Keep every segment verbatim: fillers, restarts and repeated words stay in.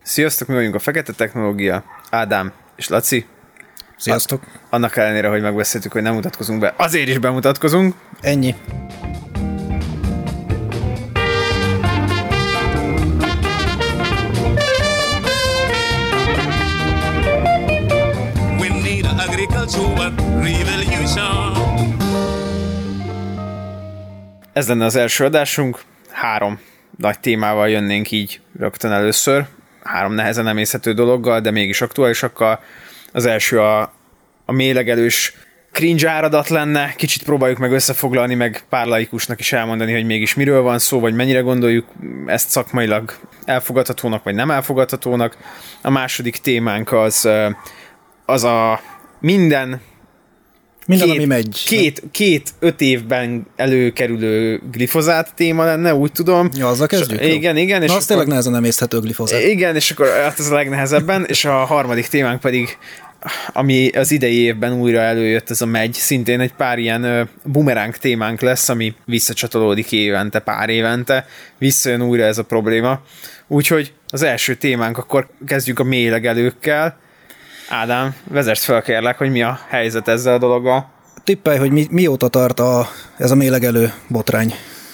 Sziasztok, mi vagyunk a Fekete Technológia, Ádám és Laci. Sziasztok. A- annak ellenére, hogy megbeszéltük, hogy nem mutatkozunk be, azért is bemutatkozunk. Ennyi. We need an agricultural revolution. Ez lenne az első adásunk. Három nagy témával jönnénk így rögtön először. Három nehezen emészhető dologgal, de mégis aktuálisakkal. Az első a, a mélylegelős cringe áradat lenne. Kicsit próbáljuk meg összefoglalni, meg pár laikusnak is elmondani, hogy mégis miről van szó, vagy mennyire gondoljuk ezt szakmailag elfogadhatónak, vagy nem elfogadhatónak. A második témánk az, az a minden Minden, két, ami megy. Két, két öt évben előkerülő glifozát téma lenne, úgy tudom. Ja, azzal kezdjük? És, igen, igen. És Na, az akkor, tényleg nehezen emészthető glifozát. Igen, és akkor hát ez a legnehezebben, és a harmadik témánk pedig, ami az idei évben újra előjött, ez a megy, szintén egy pár ilyen uh, bumeráng témánk lesz, ami visszacsatolódik évente, pár évente, visszajön újra ez a probléma. Úgyhogy az első témánk, akkor kezdjük a mélylegelőkkel. Ádám, vezess fel kérlek, hogy mi a helyzet ezzel a dologgal. Tippelj, hogy mi, mióta tart a, ez a mélylegelő botrány?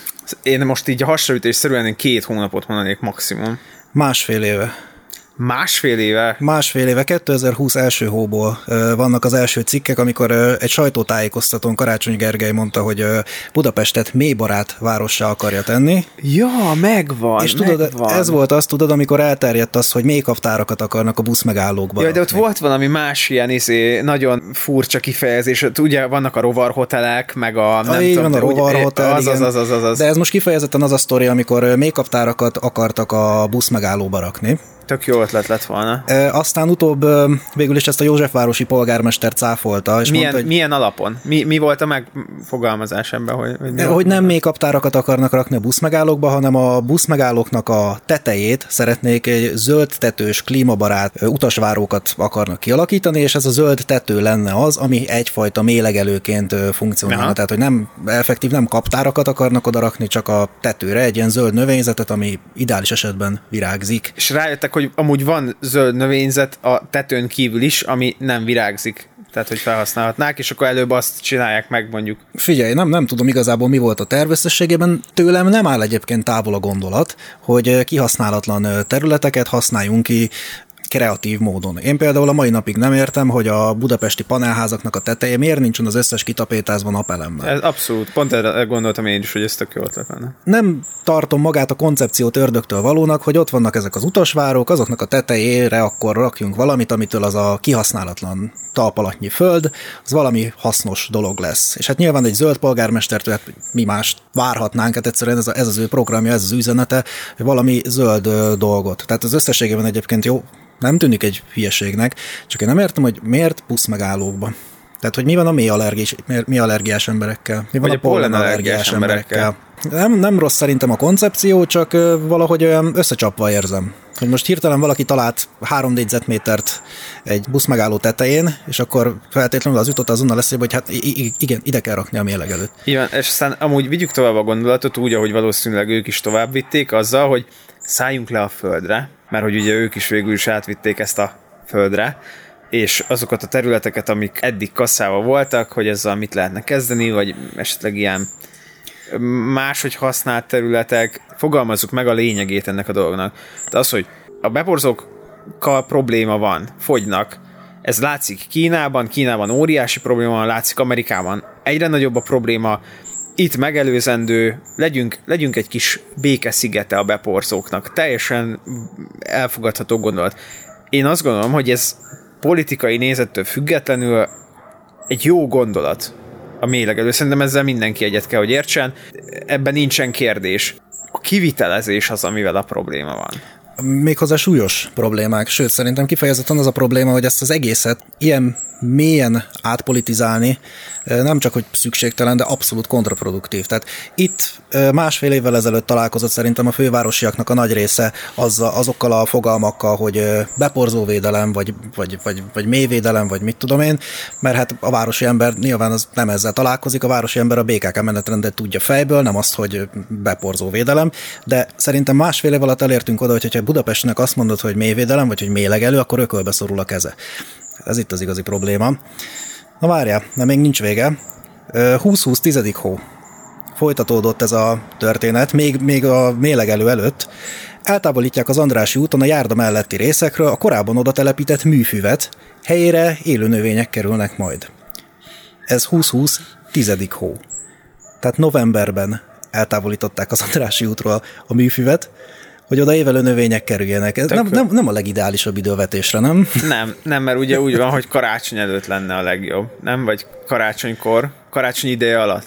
Én most így a hasraütésszerűen két hónapot mondanék maximum. Másfél éve. Másfél éve? Másfél éve, kétezer-húsz első hóból ö, vannak az első cikkek, amikor ö, egy sajtótájékoztatón Karácsony Gergely mondta, hogy ö, Budapestet mélybarát várossá akarja tenni. Ja, megvan, És megvan. tudod, ez volt az, tudod, amikor elterjedt az, hogy mélykaptárakat akarnak a buszmegállókba. Ja, de ott rakni. volt valami más ilyen izé, nagyon furcsa kifejezés. Ott ugye vannak a rovarhotelek, meg a nem a, így tudom, van, a úgy- rovarhotel, az, az, az, az, az, az. De ez most kifejezetten az a sztori, amikor ö, mélykaptárakat akartak a buszmegállóba rakni. Tök jó ötlet lett volna. E, aztán utóbb e, végül is ezt a Józsefvárosi polgármester cáfolta, és Milyen, mondta, hogy, milyen alapon? Mi, mi volt a megfogalmazás ebben? Hogy, hogy, mi e, volt? hogy nem mélykaptárakat akarnak rakni a buszmegállókba, hanem a buszmegállóknak a tetejét szeretnék egy zöld tetős, klímabarát e, utasvárókat akarnak kialakítani, és ez a zöld tető lenne az, ami egyfajta mélylegelőként e, funkcionálna. Aha. Tehát, hogy nem effektív, nem kaptárakat akarnak oda rakni, csak a tetőre egy ilyen zöld növényzetet, ami ideális esetben virágzik. És rájöttek, hogy amúgy van zöld növényzet a tetőn kívül is, ami nem virágzik. Tehát, hogy felhasználhatnák, és akkor előbb azt csinálják meg, mondjuk. Figyelj, nem, nem tudom igazából mi volt a terv összességében. Tőlem nem áll egyébként távol a gondolat, hogy kihasználatlan területeket használjunk ki kreatív módon. Én például a mai napig nem értem, hogy a budapesti panelházaknak a teteje miért nincsen az összes kitapétázva napelemmel. Ez abszolút. Pont erre gondoltam én is, hogy ez tök jó ötlet lenne. Nem tartom magát a koncepciót ördögtől valónak, hogy ott vannak ezek az utasvárok, azoknak a tetejére akkor rakjunk valamit, amitől az a kihasználatlan talpalatnyi föld, az valami hasznos dolog lesz. És hát nyilván egy zöld polgármestertől hát mi mást várhatnánk, hát egyszerűen ez, a, ez az ő programja, ez az üzenete, hogy valami zöld ö, dolgot. Tehát az összességében egyébként jó, nem tűnik egy hülyeségnek, csak én nem értem, hogy miért buszmegállókba. Tehát, hogy mi van a mély allergiás, mi allergiás emberekkel? Mi van Vagy a a pollenallergiás emberekkel? Nem, nem rossz szerintem a koncepció, csak ö, valahogy olyan összecsapva érzem. Hogy most hirtelen valaki talált három négyzetmétert egy buszmegálló tetején, és akkor feltétlenül az jutott azonnal eszébe, hogy hát igen, ide kell rakni a mérlegelőt. Igen, és aztán amúgy vigyük tovább a gondolatot, úgy, ahogy valószínűleg ők is tovább vitték, azzal, hogy szálljunk le a földre, mert hogy ugye ők is végül is átvitték ezt a földre, és azokat a területeket, amik eddig kasszával voltak, hogy ezzel mit lehetne kezdeni, vagy esetleg ilyen máshogy használt területek, fogalmazzuk meg a lényegét ennek a dolognak. De az, hogy a beporzókkal probléma van, fogynak, ez látszik Kínában, Kínában óriási probléma van, látszik Amerikában egyre nagyobb a probléma, itt megelőzendő, legyünk, legyünk egy kis békeszigete a beporzóknak, teljesen elfogadható gondolat. Én azt gondolom, hogy ez politikai nézettől függetlenül egy jó gondolat a mélylegelő. Szerintem ezzel mindenki egyet kell, hogy értsen. Ebben nincsen kérdés. A kivitelezés az, amivel a probléma van. Méghozzá súlyos problémák, sőt szerintem kifejezetten az a probléma, hogy ezt az egészet ilyen mélyen átpolitizálni nem csak, hogy szükségtelen, de abszolút kontraproduktív. Tehát itt másfél évvel ezelőtt találkozott szerintem a fővárosiaknak a nagy része azzal, azokkal a fogalmakkal, hogy beporzóvédelem, vagy, vagy, vagy, vagy mélyvédelem, vagy mit tudom én, mert hát a városi ember nyilván az nem ezzel találkozik, a városi ember a bé ká ká menetrendet tudja fejből, nem azt, hogy beporzóvédelem, de szerintem másfél év alatt elértünk oda, hogy hogyha Budapestnek azt mondod, hogy mélyvédelem, vagy hogy mélylegelő, akkor ökölbe szorul a keze. Ez itt az igazi probléma. Na várjál, de még nincs vége. húsz-húsz tizedik hó. Folytatódott ez a történet, még, még a mélylegelő előtt. Eltávolítják az Andrássy úton a járda melletti részekről a korábban oda telepített műfüvet, helyére élő növények kerülnek majd. Ez húsz-húsz tizedik hó. Tehát novemberben eltávolították az Andrássy útról a műfüvet, hogy oda évelő növények kerüljenek. Ez nem, nem, nem a legideálisabb idővetésre, nem? Nem, nem, mert ugye úgy van, hogy karácsony előtt lenne a legjobb, nem? Vagy karácsonykor, karácsony ideje alatt.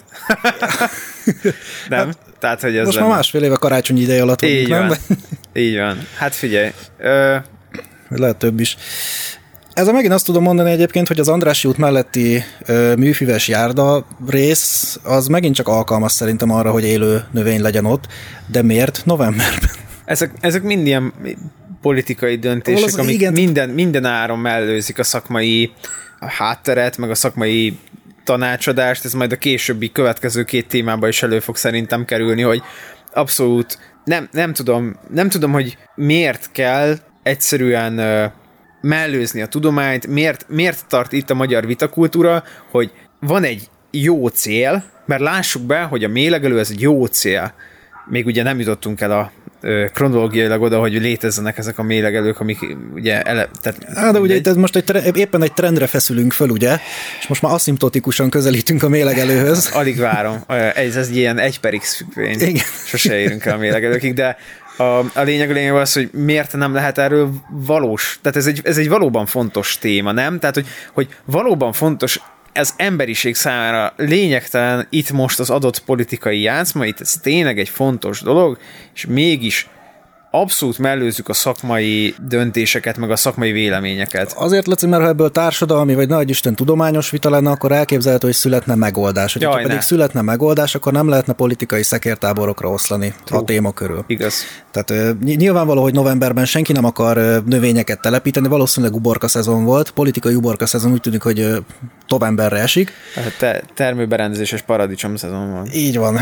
Nem? Hát, tehát, hogy ez most lenne. Már másfél éve karácsony ideje alatt vagyunk, így nem? Van. Így van. Hát figyelj. Ö... Lehet több is. Ezzel megint azt tudom mondani egyébként, hogy az Andrássy út melletti ö, műfüves járda rész, az megint csak alkalmas szerintem arra, hogy élő növény legyen ott, de miért novemberben? Ezek, ezek mind ilyen politikai döntések, az, amik igen, minden, minden áron mellőzik a szakmai hátteret, meg a szakmai tanácsadást, ez majd a későbbi következő két témában is elő fog szerintem kerülni, hogy abszolút nem, nem tudom, nem tudom, hogy miért kell egyszerűen uh, mellőzni a tudományt, miért, miért tart itt a magyar vitakultúra, hogy van egy jó cél, mert lássuk be, hogy a mélylegelő ez egy jó cél. Még ugye nem jutottunk el a ö, kronológiailag oda, hogy létezzenek ezek a mélylegelők, amik ugye ele, tehát, Á, de ugye itt most egy tre- éppen egy trendre feszülünk föl, ugye? És most már aszimптotikusan közelítünk a mélylegelőhöz. Alig várom. Ez, ez egy ilyen egy per x függvény. Igen. Sose érünk el a mélylegelőkig, de a, a lényeg a lényeg az, hogy miért nem lehet erről valós. Tehát ez egy, ez egy valóban fontos téma, nem? Tehát, hogy, hogy valóban fontos ez emberiség számára lényegtelen itt most az adott politikai játszma, itt ez tényleg egy fontos dolog, és mégis abszolút mellőzzük a szakmai döntéseket, meg a szakmai véleményeket. Azért, Laci, mert ha ebből társadalmi, vagy nagy Isten tudományos vita lenne, akkor elképzelhető, hogy születne megoldás. Hogy ha pedig születne megoldás, akkor nem lehetne politikai szekértáborokra oszlani True. a téma körül. Igaz. Tehát nyilvánvaló, hogy novemberben senki nem akar növényeket telepíteni, valószínűleg uborka szezon volt, politikai uborka szezon úgy tűnik, hogy novemberre esik. Te- termőberendezéses paradicsom szezon van. Így van.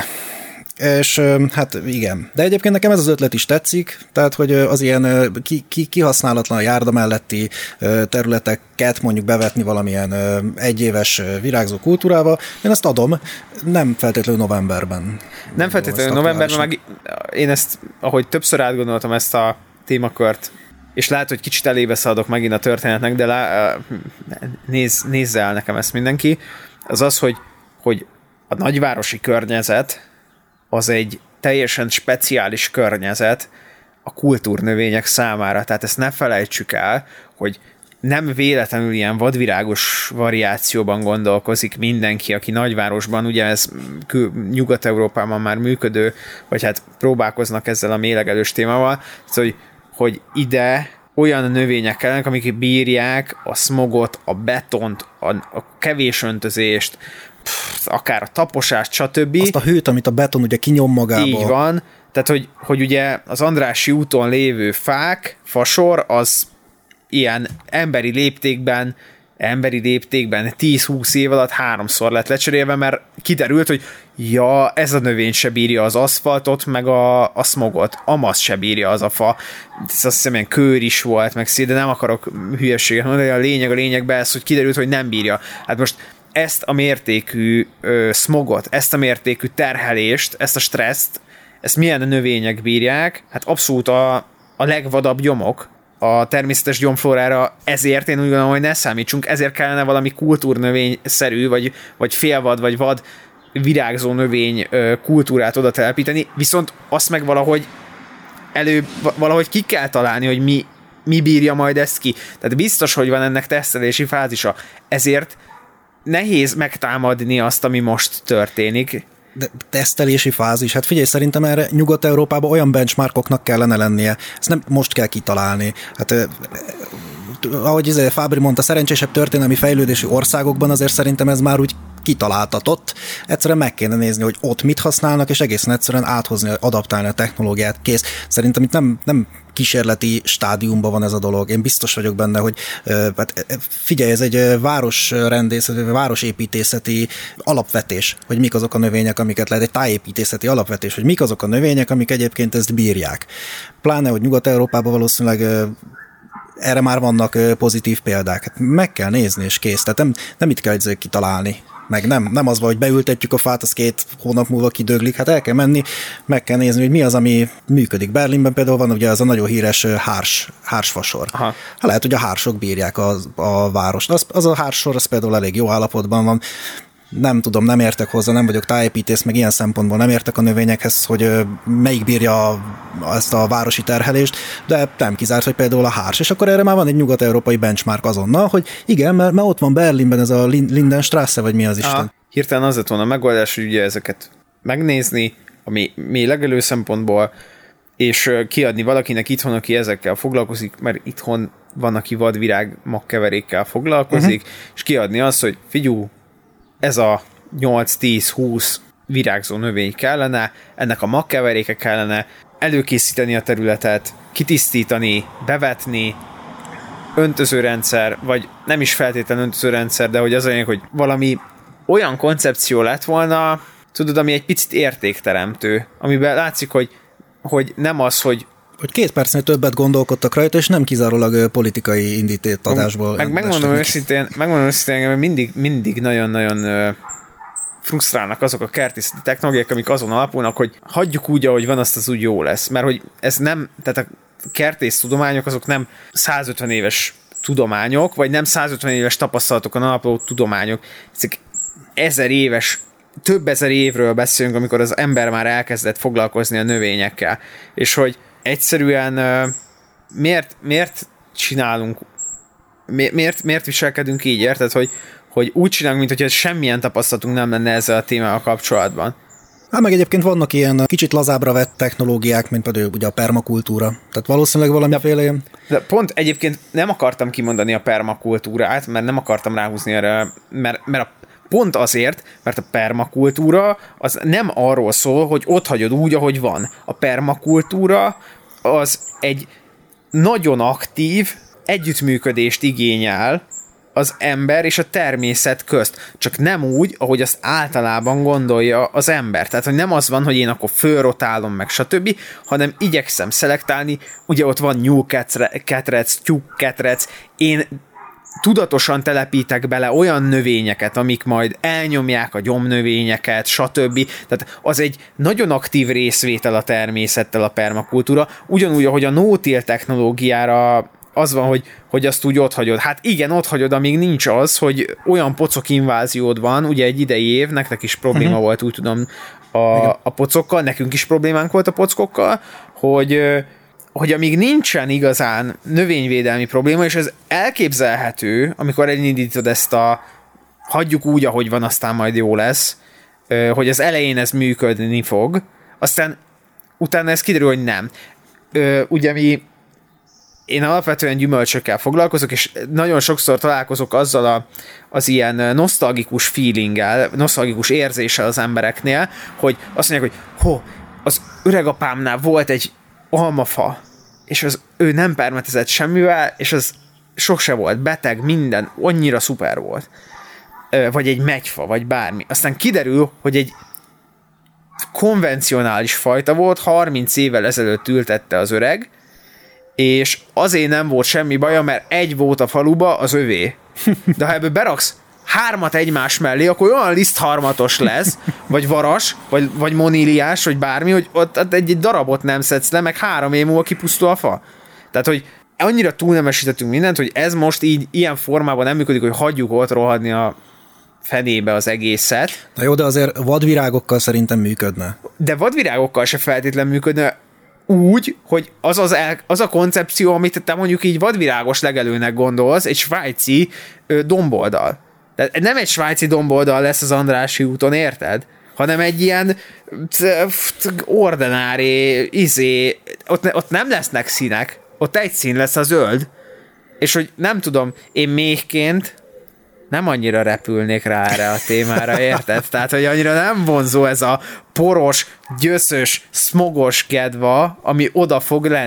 És hát igen. De egyébként nekem ez az ötlet is tetszik, tehát hogy az ilyen ki, ki, kihasználatlan járda melletti területeket mondjuk bevetni valamilyen egyéves virágzó kultúrába, én ezt adom, nem feltétlenül novemberben. Nem feltétlenül novemberben, meg én ezt, ahogy többször átgondoltam ezt a témakört, és lehet, hogy kicsit elébe szaladok megint a történetnek, de lá, nézz, nézze el nekem ezt mindenki, az az, hogy, hogy a nagyvárosi környezet az egy teljesen speciális környezet a kultúrnövények számára. Tehát ezt ne felejtsük el, hogy nem véletlenül ilyen vadvirágos variációban gondolkozik mindenki, aki nagyvárosban, ugye ez Nyugat-Európában már működő, vagy hát próbálkoznak ezzel a mélylegelős témával, szóval, hogy, hogy ide olyan növények kellenek, amik bírják a smogot, a betont, a, a kevés öntözést, pff, akár a taposást, stb. Azt a hőt, amit a beton ugye kinyom magába. Így van. Tehát, hogy, hogy ugye az Andrássy úton lévő fák, fasor, az ilyen emberi léptékben, emberi léptékben tíz-húsz év alatt háromszor lett lecserélve, mert kiderült, hogy ja, ez a növény se bírja az aszfaltot, meg a, a smogot. Amaz se bírja az a fa. Ez azt hiszem, ilyen kőr is volt, meg szél, de nem akarok hülyeséget mondani, a lényeg a lényegben ez, hogy kiderült, hogy nem bírja. Hát most ezt a mértékű ö, smogot, ezt a mértékű terhelést, ezt a stresszt, ezt milyen növények bírják? Hát abszolút a, a legvadabb gyomok a természetes gyomflórára, ezért én úgy gondolom, hogy ne számítsunk, ezért kellene valami kultúrnövényszerű, vagy, vagy félvad, vagy vad virágzó növény ö, kultúrát oda telepíteni, viszont azt meg valahogy elő, valahogy ki kell találni, hogy mi, mi bírja majd ezt ki. Tehát biztos, hogy van ennek tesztelési fázisa. Ezért nehéz megtámadni azt, ami most történik. De tesztelési fázis. Hát figyelj, szerintem erre Nyugat-Európában olyan benchmarkoknak kellene lennie. Ezt nem most kell kitalálni. Hát eh, ahogy izé Fábri mondta, szerencsésebb történelmi fejlődési országokban azért szerintem ez már úgy kitaláltatott. Egyszerűen meg kéne nézni, hogy ott mit használnak, és egészen egyszerűen áthozni, adaptálni a technológiát. Kész. Szerintem itt nem, nem kísérleti stádiumban van ez a dolog. Én biztos vagyok benne, hogy hát figyelj, ez egy városrendész, városépítészeti alapvetés, hogy mik azok a növények, amiket lehet, egy tájépítészeti alapvetés, hogy mik azok a növények, amik egyébként ezt bírják. Pláne, hogy Nyugat-Európában valószínűleg erre már vannak pozitív példák. Hát meg kell nézni, és kész. Tehát nem, nem itt kell kitalálni. Meg nem, nem az van, hogy beültetjük a fát, az két hónap múlva kidöglik. Hát el kell menni, meg kell nézni, hogy mi az, ami működik. Berlinben például van ugye az a nagyon híres hárs, hársfasor. Ha lehet, hogy a hársok bírják a, a várost. Az, az a hársor, az például elég jó állapotban van. Nem tudom, nem értek hozzá, nem vagyok tájépítész, meg ilyen szempontból nem értek a növényekhez, hogy melyik bírja ezt a városi terhelést, de nem kizárt, hogy például a hárs. És akkor erre már van egy nyugat-európai benchmark azonnal, hogy igen, mert, mert ott van Berlinben ez a Lindenstrasse, vagy mi az Isten. Aha. Hirtelen az lett volna a megoldás, hogy ugye ezeket megnézni, ami mi legelő szempontból, és kiadni valakinek itthon, aki ezekkel foglalkozik, mert itthon van, aki vadvirág magkeverékkel foglalkozik, uh-huh. és kiadni azt, hogy figyú, ez a nyolc tíz húsz virágzó növény kellene, ennek a magkeveréke kellene, előkészíteni a területet, kitisztítani, bevetni, öntözőrendszer, vagy nem is feltétlenül öntözőrendszer, de hogy az olyan, hogy valami olyan koncepció lett volna, tudod, ami egy picit értékteremtő, amiben látszik, hogy, hogy nem az, hogy hogy két percnél többet gondolkodtak rajta, és nem kizárólag politikai indítétadásból. Meg, megmondom őszintén, megmondom őszintén, hogy mindig, mindig nagyon-nagyon frusztrálnak azok a kertészeti technológiák, amik azon alapulnak, hogy hagyjuk úgy, ahogy van, azt az úgy jó lesz. Mert hogy ez nem, tehát a kertész tudományok azok nem százötven éves tudományok, vagy nem százötven éves tapasztalatokon alapuló tudományok. Ezek ezer éves, több ezer évről beszélünk, amikor az ember már elkezdett foglalkozni a növényekkel. És hogy egyszerűen miért, miért csinálunk, miért, miért viselkedünk így, érted, hogy, hogy úgy csinálunk, mint hogyha semmilyen tapasztalatunk nem lenne ezzel a témával kapcsolatban. Hát meg egyébként vannak ilyen kicsit lazábbra vett technológiák, mint például ugye a permakultúra. Tehát valószínűleg valamiféle ilyen... De pont egyébként nem akartam kimondani a permakultúrát, mert nem akartam ráhúzni erre, mert, mert a pont azért, mert a permakultúra az nem arról szól, hogy ott hagyod úgy, ahogy van. A permakultúra az egy nagyon aktív együttműködést igényel az ember és a természet közt. Csak nem úgy, ahogy azt általában gondolja az ember. Tehát, hogy nem az van, hogy én akkor fölrotálom meg, stb., hanem igyekszem szelektálni. Ugye ott van nyúlketrec, tyúkketrec, én tudatosan telepítek bele olyan növényeket, amik majd elnyomják a gyomnövényeket, stb. Tehát az egy nagyon aktív részvétel a természettel a permakultúra, ugyanúgy, ahogy a no-till technológiára az van, hogy, hogy azt úgy otthagyod. Hát igen, otthagyod, amíg nincs az, hogy olyan pocok inváziód van, ugye egy idei év, nektek is probléma uh-huh. volt, úgy tudom, a, a pocokkal, nekünk is problémánk volt a pockokkal, hogy hogy amíg nincsen igazán növényvédelmi probléma, és ez elképzelhető, amikor elindítod ezt a hagyjuk úgy, ahogy van, aztán majd jó lesz, hogy az elején ez működni fog, aztán utána ez kiderül, hogy nem. Ugye mi én alapvetően gyümölcsökkel foglalkozok, és nagyon sokszor találkozok azzal a, az ilyen nosztalgikus feelinggel, nosztalgikus érzéssel az embereknél, hogy azt mondják, hogy ho, az öregapámnál volt egy almafa, és az ő nem permetezett semmivel, és az sose volt beteg, minden, annyira szuper volt. Vagy egy megyfa, vagy bármi. Aztán kiderül, hogy egy konvencionális fajta volt, harminc évvel ezelőtt ültette az öreg, és azért nem volt semmi baja, mert egy volt a faluba, az övé. De ha ebből beraksz hármat egymás mellé, akkor olyan lisztharmatos lesz, vagy varas, vagy, vagy moníliás, vagy bármi, hogy ott egy, egy darabot nem szedsz le, meg három év múlva kipusztul a fa. Tehát, hogy annyira túlnemesítettünk mindent, hogy ez most így ilyen formában nem működik, hogy hagyjuk ott rohadni a fenébe az egészet. Na jó, de azért vadvirágokkal szerintem működne. De vadvirágokkal se feltétlen működne úgy, hogy az, az, el, az a koncepció, amit te mondjuk így vadvirágos legelőnek gondolsz, egy svájci ö, domboldal. De nem egy svájci domboldal lesz az Andrássy úton, érted? Hanem egy ilyen ordinári izé, ott, ott nem lesznek színek, ott egy szín lesz a zöld, és hogy nem tudom, én méhként nem annyira repülnék rá erre a témára, érted? Tehát, hogy annyira nem vonzó ez a poros, gyöszös, smogos kedva, ami oda fog lenni.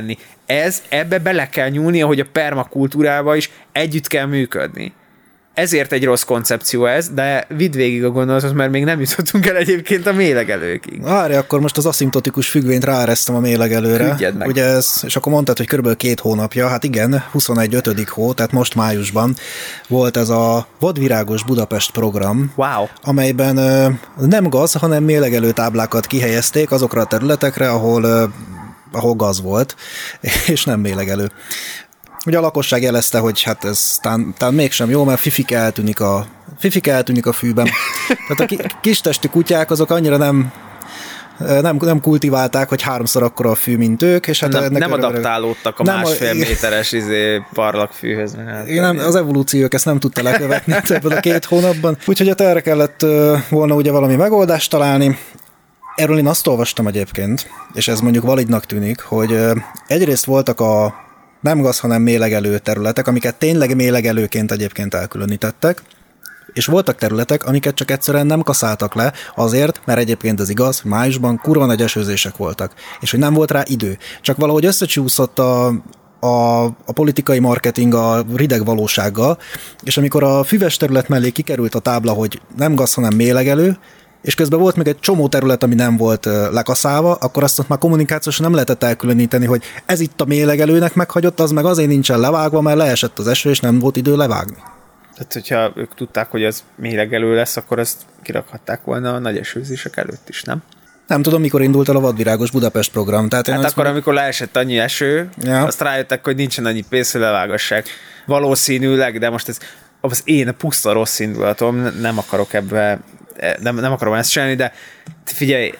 ez, ebbe bele kell nyúlni, ahogy a permakultúrába is együtt kell működni. Ezért egy rossz koncepció ez, de vidd végig a gondolatot, mert még nem jutottunk el egyébként a mélegelőkig. Várj, akkor most az aszimtotikus függvényt ráeresztem a mélegelőre. Ugye ez, és akkor mondtad, hogy körülbelül két hónapja, hát igen, huszonegy ötödik hó, tehát most májusban volt ez a Vadvirágos Budapest program, wow. amelyben nem gaz, hanem mélegelő táblákat kihelyezték azokra a területekre, ahol, ahol gaz volt, és nem mélegelő. Ugye a lakosság jelezte, hogy hát ez tán, tán mégsem jó, mert fifike eltűnik a, fifike eltűnik a fűben. Tehát a ki, kistestű kutyák azok annyira nem, nem, nem kultiválták, hogy háromszor akkora a fű, mint ők. És hát nem ennek nem öröm, adaptálódtak a nem másfél a, méteres izé, parlagfűhöz. Nem, az evolúciók ezt nem tudta lekövetni ebben a két hónapban. Úgyhogy hát erre kellett volna ugye valami megoldást találni. Erről én azt olvastam egyébként, és ez mondjuk validnak tűnik, hogy egyrészt voltak a nem gaz, hanem mélegelő területek, amiket tényleg mélegelőként egyébként elkülönítettek, és voltak területek, amiket csak egyszerűen nem kaszáltak le azért, mert egyébként ez igaz, májusban kurva nagy esőzések voltak, és hogy nem volt rá idő. Csak valahogy összecsúszott a, a, a politikai marketing a rideg valósággal, és amikor a füves terület mellé kikerült a tábla, hogy nem gaz, hanem mélegelő, és közben volt még egy csomó terület, ami nem volt lekaszálva, akkor azt ott már kommunikációsan nem lehetett elkülöníteni, hogy ez itt a mélegelőnek meghagyott, az meg azért nincsen levágva, mert leesett az eső, és nem volt idő levágni. Tehát, hogyha ők tudták, hogy ez mélegelő lesz, akkor ezt kirakhatták volna a nagy esőzések előtt is, nem? Nem tudom, mikor indult el a Vadvirágos Budapest program. Tehát hát akkor, mondom, amikor leesett annyi eső, ja. azt rájöttek, hogy nincsen annyi pénz, hogy levágassák. Valószínűleg, de most ez az én puszta rossz indulatom, nem akarok ebbe Nem, nem akarom ezt csinálni, de figyelj,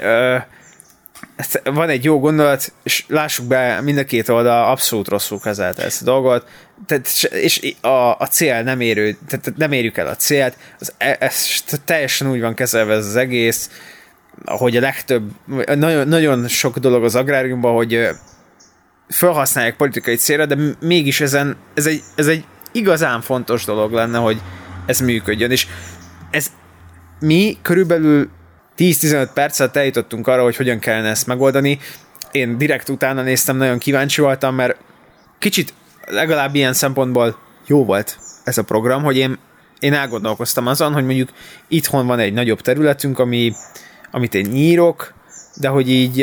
uh, van egy jó gondolat, és lássuk be, mind a két oldal abszolút rosszul kezelte ezt a dolgot, tehát, és a, a cél nem érő, tehát nem érjük el a célt, az, ez teljesen úgy van kezelve ez az egész, hogy a legtöbb, nagyon, nagyon sok dolog az agráriumban, hogy felhasználják politikai célra, de mégis ezen, ez egy, ez egy igazán fontos dolog lenne, hogy ez működjön, és ez mi körülbelül tíz-tizenöt perccel eljutottunk arra, hogy hogyan kellene ezt megoldani. Én direkt utána néztem, nagyon kíváncsi voltam, mert kicsit legalább ilyen szempontból jó volt ez a program, hogy én, én elgondolkoztam azon, hogy mondjuk itthon van egy nagyobb területünk, ami, amit én nyírok, de hogy így,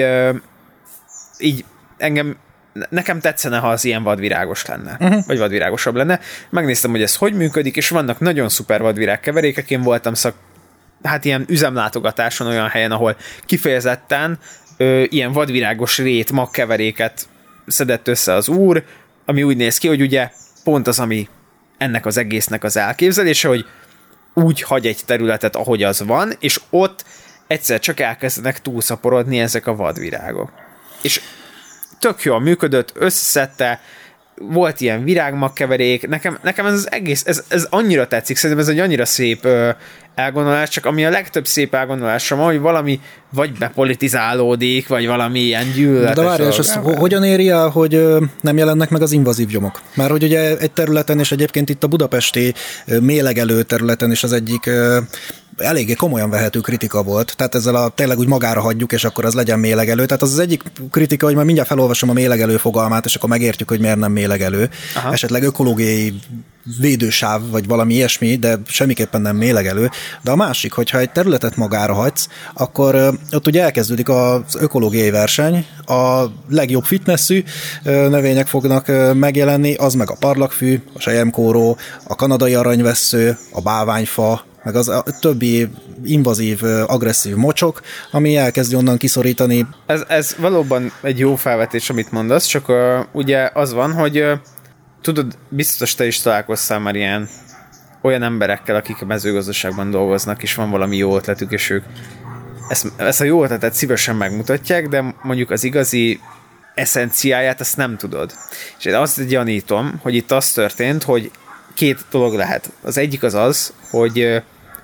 így engem, nekem tetszene, ha az ilyen vadvirágos lenne, uh-huh. vagy vadvirágosabb lenne. Megnéztem, hogy ez hogy működik, és vannak nagyon szuper vadvirág keverékek, én voltam szak hát ilyen üzemlátogatáson olyan helyen, ahol kifejezetten ö, ilyen vadvirágos rét magkeveréket szedett össze az úr, ami úgy néz ki, hogy ugye pont az, ami ennek az egésznek az elképzelése, hogy úgy hagy egy területet, ahogy az van, és ott egyszer csak elkezdenek túlszaporodni ezek a vadvirágok. És tök jól működött, összeszedte, volt ilyen virágmagkeverék, nekem, nekem ez az egész, ez, ez annyira tetszik, szerintem ez egy annyira szép ö, elgondolás, csak ami a legtöbb szép elgondolásom, hogy valami vagy bepolitizálódik, vagy valami ilyen gyűlöletes. De várjál, és azt hogyan éri el, hogy nem jelennek meg az invazív gyomok? Mert hogy ugye egy területen, és egyébként itt a budapesti mélegelő területen is az egyik eléggé komolyan vehető kritika volt, tehát ezzel a tényleg úgy magára hagyjuk, és akkor az legyen mélegelő. Tehát az az egyik kritika, hogy már mindjárt felolvasom a mélegelő fogalmát, és akkor megértjük, hogy miért nem mélegelő. Aha. Esetleg ökológiai védősáv, vagy valami ilyesmi, de semmiképpen nem mélegelő. De a másik, hogyha egy területet magára hagysz, akkor ott ugye elkezdődik az ökológiai verseny, a legjobb fitnesszű növények fognak megjelenni, az meg a parlagfű, a selyemkóró, a kanadai aranyvessző, a bálványfa, meg az a többi invazív, agresszív mocsok, ami elkezdi onnan kiszorítani. Ez, ez valóban egy jó felvetés, amit mondasz, csak uh, ugye az van, hogy uh, tudod, biztos te is találkoztál már ilyen olyan emberekkel, akik a mezőgazdaságban dolgoznak, és van valami jó ötletük, és ők ezt, ezt a jó ötletet szívesen megmutatják, de mondjuk az igazi eszenciáját ezt nem tudod. És én azt gyanítom, hogy itt az történt, hogy két dolog lehet. Az egyik az az, hogy uh,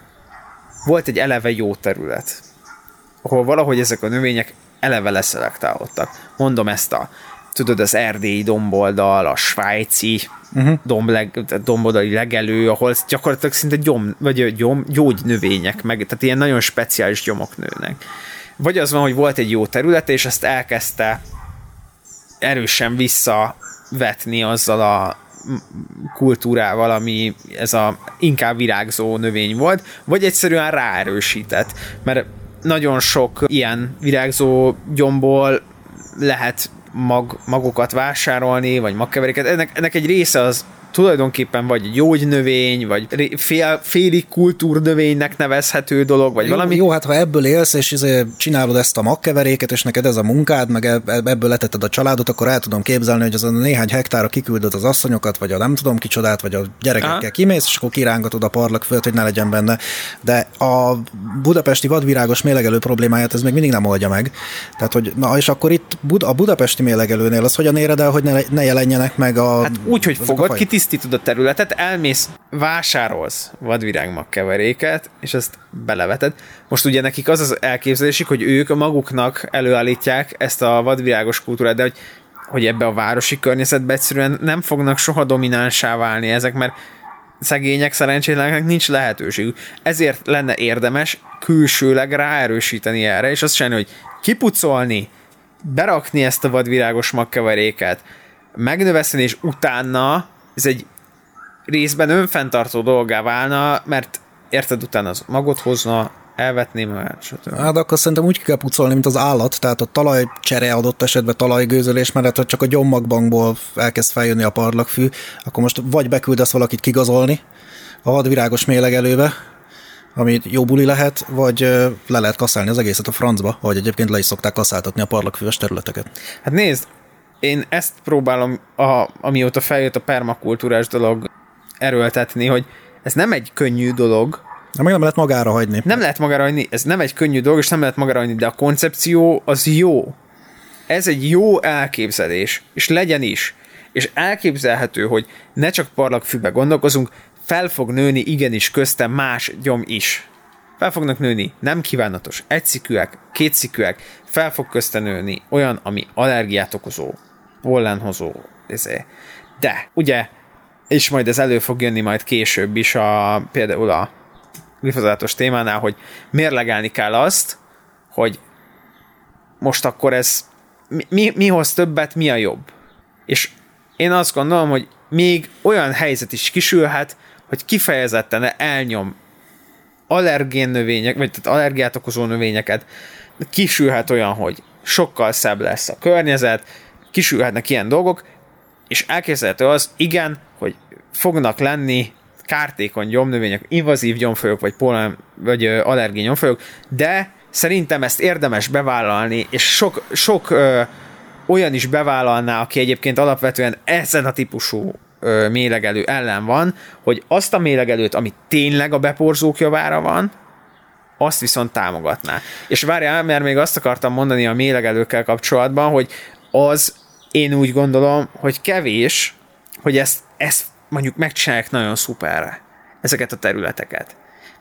volt egy eleve jó terület, ahol valahogy ezek a növények eleve leszelektálódtak. Mondom ezt a, tudod, az erdélyi domboldal, a svájci uh-huh. dombleg, domboldali legelő, ahol gyakorlatilag szinte gyom, vagy gyom, gyógynövények, meg, tehát ilyen nagyon speciális gyomok nőnek. Vagy az van, hogy volt egy jó terület, és ezt elkezdte erősen visszavetni azzal a kultúrával, ami ez a inkább virágzó növény volt, vagy egyszerűen ráerősített, mert nagyon sok ilyen virágzó gyomból lehet mag, magokat vásárolni, vagy magkeveréket. Ennek, ennek egy része az tulajdonképpen vagy gyógynövény, vagy fél, félig kultúrnövénynek nevezhető dolog, vagy jó, valami. Jó, hát ha ebből élsz, és izé csinálod ezt a magkeveréket, és neked ez a munkád, meg ebből letetted a családot, akkor el tudom képzelni, hogy azon a néhány hektára kiküldöd az asszonyokat, vagy a nem tudom kicsodát, vagy a gyerekekkel Aha. kimész, és akkor kirángatod a parlag fölött, hogy ne legyen benne. De a budapesti vadvirágos mélegelő problémáját ez még mindig nem oldja meg. Tehát, hogy na, és akkor itt a budapesti mélegelőnél az hogyan éred el, hogy ne, ne jelenjenek meg a... Hát úgy, hogy fogod, kitisztítod a területet, elmész, vásárolsz vadvirágmagkeveréket, és ezt beleveted. Most ugye nekik az az elképzelésük, hogy ők maguknak előállítják ezt a vadvirágos kultúrát, de hogy, hogy ebbe a városi környezetbe egyszerűen nem fognak soha dominánsá válni ezek, mert szegények, szerencsétlenek nincs lehetőségük. Ezért lenne érdemes külsőleg ráerősíteni erre, és azt csinálni, hogy kipucolni, berakni ezt a vadvirágos magkeveréket, megnöveszteni, és utána ez egy részben önfenntartó dolgá válna, mert érted, utána az magot hozna, elvetni már, stb. Hát akkor szerintem úgy kell pucolni, mint az állat, tehát a talajcsere adott esetben talajgőzölés, mert ha csak a gyommagbankból elkezd feljönni a parlagfű, akkor most vagy beküldesz valakit kigazolni a vadvirágos mélegelőbe, ami jó buli lehet, vagy le lehet kaszálni az egészet a francba, vagy egyébként le is szokták kaszáltatni a parlagfűves területeket. Hát nézd, én ezt próbálom, a, amióta feljött a permakultúrás dolog erőltetni, hogy ez nem egy könnyű dolog. De meg nem lehet magára hagyni. Nem lehet magára hagyni, ez nem egy könnyű dolog, és nem lehet magára hagyni, de a koncepció az jó. Ez egy jó elképzelés, és legyen is. És elképzelhető, hogy ne csak parlagfűbe gondolkozunk, fel fog nőni igenis közte más gyom is. Fel fognak nőni nem kívánatos, egyszikűek, kétszikűek, fel fog közte nőni olyan, ami allergiát okozó, pollenhozó, ezért. De, ugye, és majd ez elő fog jönni majd később is a, például a glifozátos témánál, hogy mérlegelni kell azt, hogy most akkor ez mi, mi, mi hoz többet, mi a jobb. És én azt gondolom, hogy még olyan helyzet is kisülhet, hogy kifejezetten elnyom allergén növények, vagy tehát allergiát okozó növényeket, kisülhet olyan, hogy sokkal szebb lesz a környezet, kisülhetnek ilyen dolgok, és elképzelhető az, igen, hogy fognak lenni kártékony gyomnövények, invazív gyomfajok, vagy, pollen, vagy allergén gyomfajok, de szerintem ezt érdemes bevállalni, és sok, sok ö, olyan is bevállalná, aki egyébként alapvetően ezen a típusú ö, mélegelő ellen van, hogy azt a mélegelőt, ami tényleg a beporzók javára van, azt viszont támogatná. És várjál, mert még azt akartam mondani a mélegelőkkel kapcsolatban, hogy az, én úgy gondolom, hogy kevés, hogy ezt, ezt mondjuk megcsinálják nagyon szuperre, ezeket a területeket.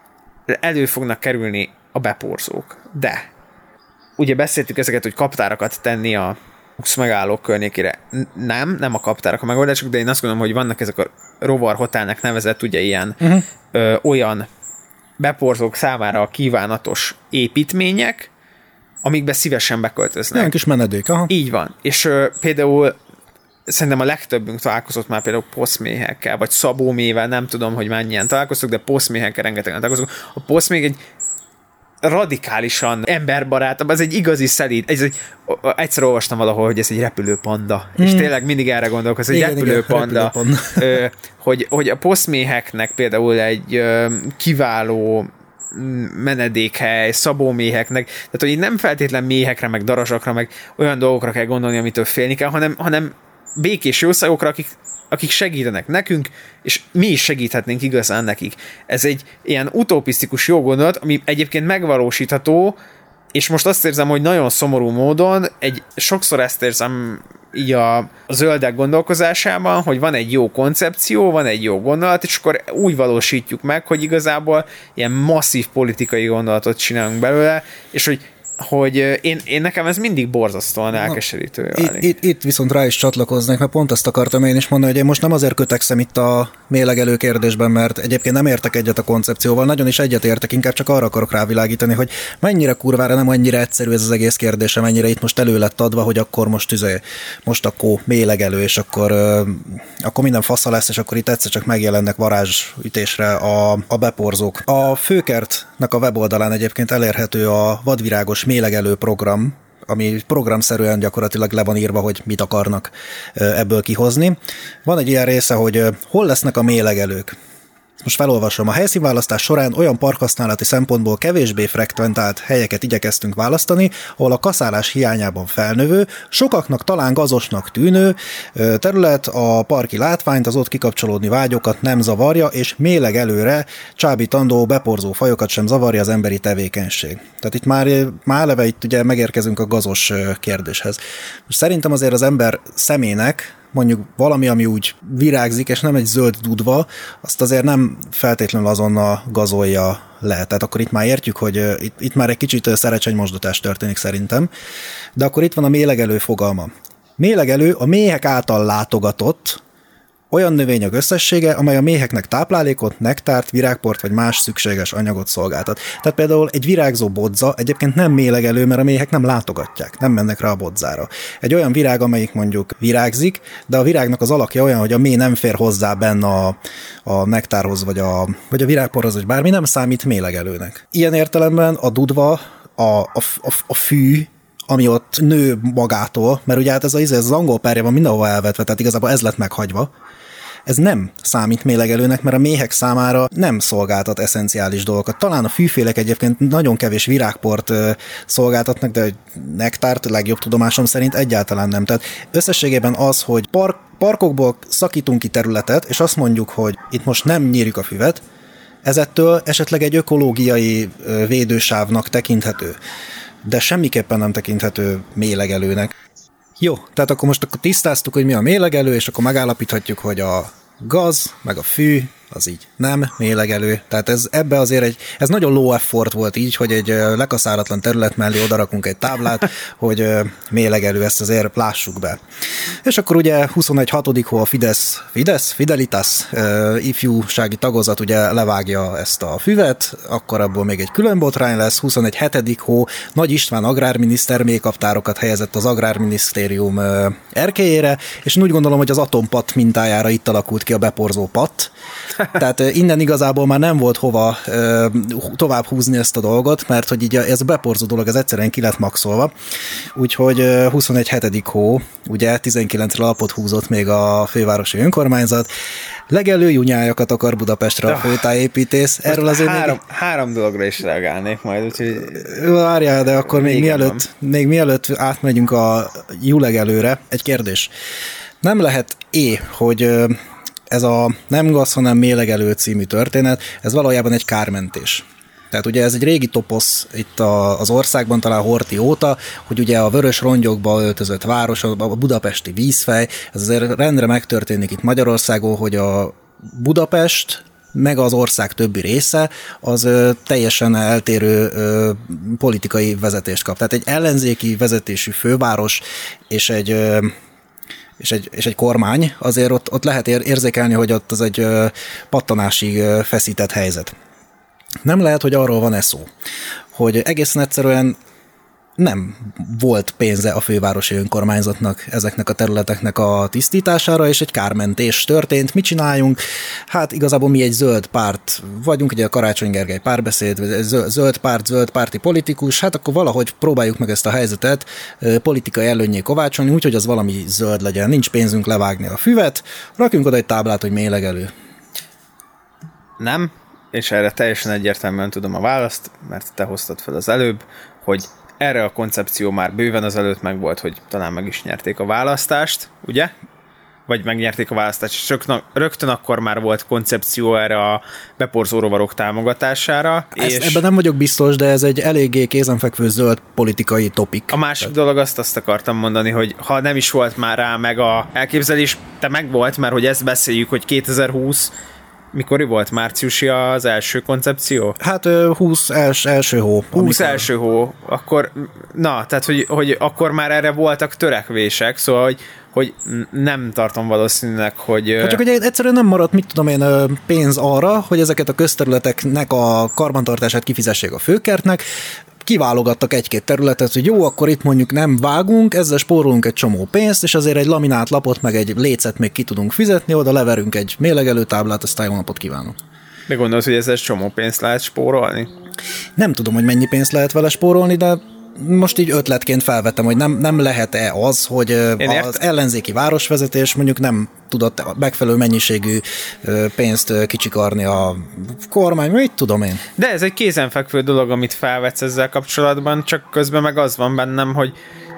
Elő fognak kerülni a beporzók. De ugye beszéltük ezeket, hogy kaptárakat tenni a megállók környékére. Nem, nem a kaptárak a megoldások, de én azt gondolom, hogy vannak ezek a rovarhotelnek nevezett ugye ilyen uh-huh. ö, olyan beporzók számára kívánatos építmények, amikbe szívesen beköltöznek. Ilyen kis menedék, aha. Így van. És ö, például szerintem a legtöbbünk találkozott már például poszméhekkel, vagy szabómével, nem tudom, hogy mennyien találkoztok, de poszméhekkel rengetegen találkozunk. A poszméh egy radikálisan emberbarátabb, az egy igazi szelíd. Ez egy, egyszer olvastam valahol, hogy ez egy repülő panda. Hmm. És tényleg mindig erre gondolok, ez egy repülő igen, panda. Repülő panda. ö, hogy, hogy a poszméheknek például egy ö, kiváló menedékhely, szabóméheknek, tehát hogy nem feltétlen méhekre, meg darazsakra, meg olyan dolgokra kell gondolni, amitől félni kell, hanem, hanem békés jószágokra, akik, akik segítenek nekünk, és mi is segíthetnénk igazán nekik. Ez egy ilyen utopisztikus jó gondolat, ami egyébként megvalósítható, és most azt érzem, hogy nagyon szomorú módon, egy, sokszor ezt érzem így a, a zöldek gondolkozásában, hogy van egy jó koncepció, van egy jó gondolat, és akkor úgy valósítjuk meg, hogy igazából ilyen masszív politikai gondolatot csinálunk belőle, és hogy hogy én, én nekem ez mindig borzasztóan elkeserítő. Itt, itt, itt viszont rá is csatlakoznék, mert pont ezt akartam én is mondani, hogy én most nem azért kötekszem itt a mélegelő kérdésben, mert egyébként nem értek egyet a koncepcióval, nagyon is egyet értek, inkább csak arra akarok rávilágítani, hogy mennyire kurvára nem annyira egyszerű ez az egész kérdés, mennyire itt most elő lett adva, hogy akkor most tüzé, most akkor mélegelő, és akkor, akkor minden fasza lesz, és akkor itt egyszer csak megjelennek varázsütésre a, a beporzók. A Főkertnek a weboldalán egyébként elérhető a vadvirágos mélegelő program, ami programszerűen gyakorlatilag le van írva, hogy mit akarnak ebből kihozni. Van egy ilyen része, hogy hol lesznek a mélegelők. Most felolvasom. A helyszínválasztás során olyan parkhasználati szempontból kevésbé frekventált helyeket igyekeztünk választani, ahol a kaszálás hiányában felnövő, sokaknak talán gazosnak tűnő terület a parki látványt, az ott kikapcsolódni vágyokat nem zavarja, és mélegelőre csábítandó, beporzó fajokat sem zavarja az emberi tevékenység. Tehát itt már, már eleve itt ugye megérkezünk a gazos kérdéshez. Most szerintem azért az ember szemének mondjuk valami, ami úgy virágzik, és nem egy zöld dudva, azt azért nem feltétlenül azonnal gazolja le. Tehát akkor itt már értjük, hogy itt, itt már egy kicsit szerecsenymosdatás történik szerintem. De akkor itt van a mélegelő fogalma. Mélegelő a méhek által látogatott olyan növények összessége, amely a méheknek táplálékot, nektárt, virágport vagy más szükséges anyagot szolgáltat. Tehát például egy virágzó bodza egyébként nem mélegelő, mert a méhek nem látogatják, nem mennek rá a bodzára. Egy olyan virág, amelyik mondjuk virágzik, de a virágnak az alakja olyan, hogy a méh nem fér hozzá benne a, a nektárhoz, vagy a, vagy a virágporhoz, vagy bármi, nem számít mélegelőnek. Ilyen értelemben a dudva, a, a, a, a fű, ami ott nő magától, mert ugye hát ez, a, ez az angol párja van mindenhova elvetve, tehát igazából ez lett meghagyva. Ez nem számít mélegelőnek, mert a méhek számára nem szolgáltat eszenciális dolgokat. Talán a fűfélek egyébként nagyon kevés virágport szolgáltatnak, de nektárt legjobb tudomásom szerint egyáltalán nem. Tehát összességében az, hogy park, parkokból szakítunk ki területet, és azt mondjuk, hogy itt most nem nyírjuk a füvet, ezettől esetleg egy ökológiai védősávnak tekinthető, de semmiképpen nem tekinthető mélegelőnek. Jó, tehát akkor most akkor tisztáztuk, hogy mi a mélegelő, és akkor megállapíthatjuk, hogy a gaz, meg a fű, az így nem mélegelő. Tehát ez ebbe azért egy, ez nagyon low effort volt így, hogy egy lekaszálatlan terület mellé odarakunk egy táblát, hogy mélegelő, ezt azért lássuk be. És akkor ugye huszonegy hatodik hó a Fidesz, Fidesz, Fidelitas uh, ifjúsági tagozat ugye levágja ezt a füvet, akkor abból még egy külön botrány lesz. huszonegy hetedik hó Nagy István agrárminiszter mélykaptárokat helyezett az Agrárminisztérium uh, erkélyére, és én úgy gondolom, hogy az atompat mintájára itt alakult ki a beporzó patt. Tehát innen igazából már nem volt hova ö, tovább húzni ezt a dolgot, mert hogy így ez a beporzó dolog, ez egyszerűen ki lett maxolva. Úgyhogy huszonegy hetedik hó, ugye tizenkilencre lapot húzott még a fővárosi önkormányzat, legelő junyájakat akar Budapestre a főtájépítész. Erről azért három, még... három dologra is reagálnék majd, úgyhogy... Várjál, de akkor még mielőtt, még mielőtt átmegyünk a julegelőre, egy kérdés. Nem lehet-é, hogy ez a nem gaz, hanem mélegelő című történet, ez valójában egy kármentés. Tehát ugye ez egy régi toposz itt a, az országban, talán Horthy óta, hogy ugye a vörös rongyokba öltözött város, a budapesti vízfej, ez azért rendre megtörténik itt Magyarországon, hogy a Budapest meg az ország többi része, az ö, teljesen eltérő ö, politikai vezetést kap. Tehát egy ellenzéki vezetésű főváros és egy... Ö, És egy, és egy kormány, azért ott, ott lehet érzékelni, hogy ott az egy pattanásig feszített helyzet. Nem lehet, hogy arról van-e szó, hogy egészen egyszerűen nem volt pénze a fővárosi önkormányzatnak ezeknek a területeknek a tisztítására, és egy kármentés történt. Mit csináljunk? Hát igazából mi egy zöld párt vagyunk, ugye a Karácsony Gergely párbeszéd, zöld párt, zöld párti politikus, hát akkor valahogy próbáljuk meg ezt a helyzetet politikai előnnyé kovácsolni, úgyhogy az valami zöld legyen. Nincs pénzünk levágni a füvet, rakjunk oda egy táblát, hogy mélegelő. Nem, és erre teljesen egyértelműen tudom a választ, mert te hoztad fel az előbb, hogy erre a koncepció már bőven azelőtt megvolt, hogy talán meg is nyerték a választást, ugye? Vagy megnyerték a választást, és rögtön, rögtön akkor már volt koncepció erre a beporzó rovarok támogatására. Ezt, és ebben nem vagyok biztos, de ez egy eléggé kézenfekvő zöld politikai topik. A másik Tehát. dolog, azt azt akartam mondani, hogy ha nem is volt már rá meg a elképzelés, te megvolt, mert hogy ezt beszéljük, hogy kétezer-húsz Mikor volt? Márciusi az első koncepció? Hát húsz els, első hó. húsz amikor... első hó. Akkor, na, tehát, hogy, hogy akkor már erre voltak törekvések, szóval, hogy, hogy nem tartom valószínűleg, hogy... Hát csak, hogy egyszerűen nem maradt, mit tudom én, pénz arra, hogy ezeket a közterületeknek a karbantartását kifizessék a főkertnek, kiválogattak egy-két területet, hogy jó, akkor itt mondjuk nem vágunk, ezzel spórolunk egy csomó pénzt, és azért egy laminált lapot, meg egy lécet még ki tudunk fizetni, oda leverünk egy mélegelőtáblát, aztán jó napot kívánok. De gondolod, hogy ezzel csomó pénzt lehet spórolni? Nem tudom, hogy mennyi pénzt lehet vele spórolni, de most így ötletként felvettem, hogy nem, nem lehet-e az, hogy Én az ért... ellenzéki városvezetés mondjuk nem tudott megfelelő mennyiségű pénzt kicsikarni a kormány, mit tudom én. De ez egy kézenfekvő dolog, amit felvetsz ezzel kapcsolatban, csak közben meg az van bennem, hogy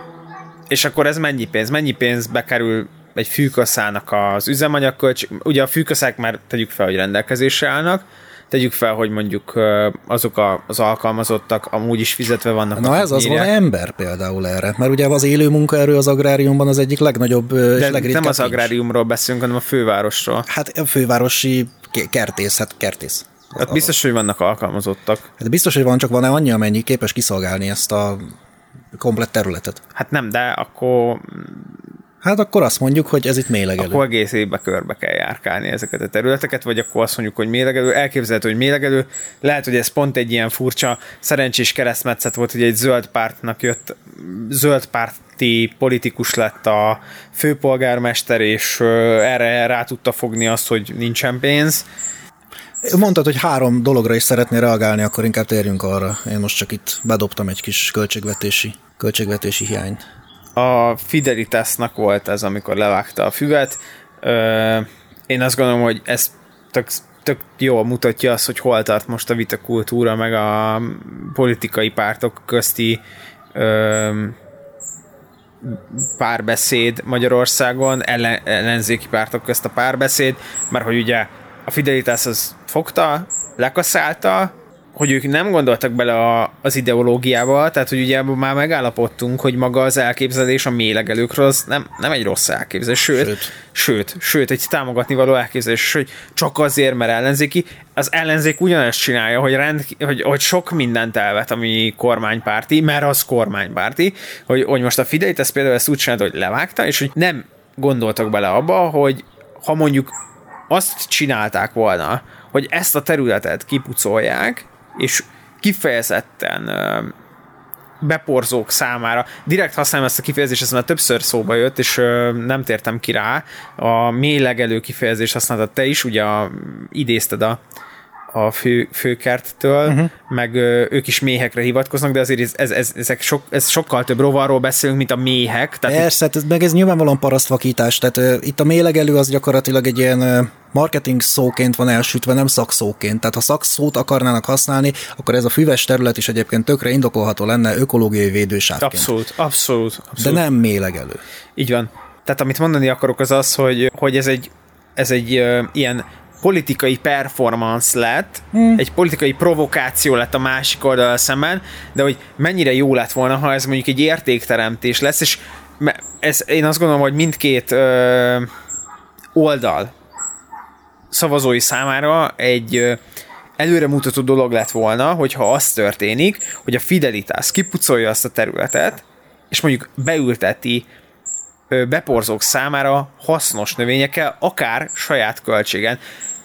és akkor ez mennyi pénz? Mennyi pénz bekerül egy fűkaszának az üzemanyagköltség? Ugye a fűkaszák már tegyük fel, hogy rendelkezésre állnak, tegyük fel, hogy mondjuk azok a, az alkalmazottak amúgy is fizetve vannak. Na ez az, van ember például erre, mert ugye az élő munkaerő az agráriumban az egyik legnagyobb és legritkább. Nem az agráriumról beszélünk, hanem a fővárosról. Hát a fővárosi kertész, hát kertész. Hát biztos, hogy vannak alkalmazottak. Hát biztos, hogy van, csak van-e annyi, amennyi képes kiszolgálni ezt a komplett területet? Hát nem, de akkor... Hát akkor azt mondjuk, hogy ez itt mélegelő. Akkor egész évben körbe kell járkálni ezeket a területeket, vagy akkor azt mondjuk, hogy mélegelő, elképzelhető, hogy mélegelő. Lehet, hogy ez pont egy ilyen furcsa, szerencsés keresztmetszet volt, hogy egy zöld pártnak jött, zöld párti politikus lett a főpolgármester, és erre rá tudta fogni azt, hogy nincsen pénz. Mondtad, hogy három dologra is szeretnél reagálni, akkor inkább térjünk arra. Én most csak itt bedobtam egy kis költségvetési, költségvetési hiányt. A Fidelitasnak volt ez, amikor levágta a füvet. Ö, én azt gondolom, hogy ez tök, tök jól mutatja azt, hogy hol tart most a vitakultúra, meg a politikai pártok közti ö, párbeszéd Magyarországon, ellen, ellenzéki pártok közt a párbeszéd, mert hogy ugye a Fidelitas az fogta, lekaszálta, hogy ők nem gondoltak bele a, az ideológiába, tehát hogy ugye már megállapodtunk, hogy maga az elképzelés a mélegelőkről az nem, nem egy rossz elképzelés, sőt, sőt, sőt, sőt egy támogatni való elképzelés, hogy csak azért, mert ellenzéki, az ellenzék ugyanezt csinálja, hogy, rend, hogy, hogy sok mindent elvet, ami kormánypárti, mert az kormánypárti, hogy, hogy most a Fidelitas például ezt úgy csinálta, hogy levágta, és hogy nem gondoltak bele abba, hogy ha mondjuk azt csinálták volna, hogy ezt a területet kipucolják, és kifejezetten ö, beporzók számára, direkt használom ezt a kifejezést, ez már többször szóba jött, és ö, nem tértem ki rá, a mélylegelő kifejezést használtad te is, ugye a, idézted a, a fő, főkerttől, uh-huh. meg ö, ők is méhekre hivatkoznak, de azért ez, ez, ez, ezek sok, ez sokkal több rovarról beszélünk, mint a méhek. Tehát Persze, itt... meg ez nyilvánvalóan parasztvakítás, tehát ö, itt a mélylegelő az gyakorlatilag egy ilyen ö, marketing szóként van elsütve, nem szakszóként. Tehát ha szakszót akarnának használni, akkor ez a füves terület is egyébként tökre indokolható lenne ökológiai védősávként. Abszolút, abszolút, abszolút. De nem mélylegelő. Így van. Tehát amit mondani akarok az az, hogy, hogy ez egy, ez egy uh, ilyen politikai performance lett, hmm. egy politikai provokáció lett a másik oldal szemben, de hogy mennyire jó lett volna, ha ez mondjuk egy értékteremtés lesz, és ez, én azt gondolom, hogy mindkét uh, oldal szavazói számára egy uh, előremutató dolog lett volna, hogyha az történik, hogy a Fidelitas kipucolja azt a területet, és mondjuk beülteti uh, beporzók számára hasznos növényekkel, akár saját költségen.